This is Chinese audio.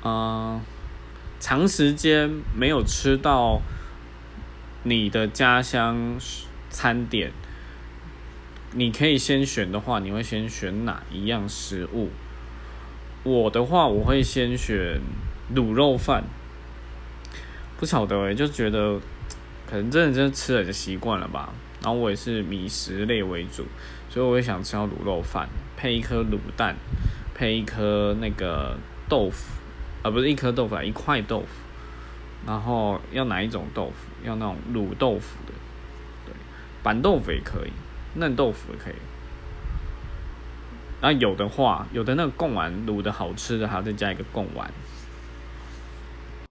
长时间没有吃到你的家乡餐点，你可以先选的话，你会先选哪一样食物？我的话，我会先选卤肉饭。不晓得就觉得可能真的吃了就习惯了吧。然后我也是米食类为主，所以我会想吃到卤肉饭，配一颗卤蛋，配一颗那个豆腐，不是一颗豆腐一块豆腐。然后要哪一种豆腐？要那种卤豆腐的，对，板豆腐也可以，嫩豆腐也可以。然后有的话，有的那个贡丸卤的好吃的，还要再加一个贡丸。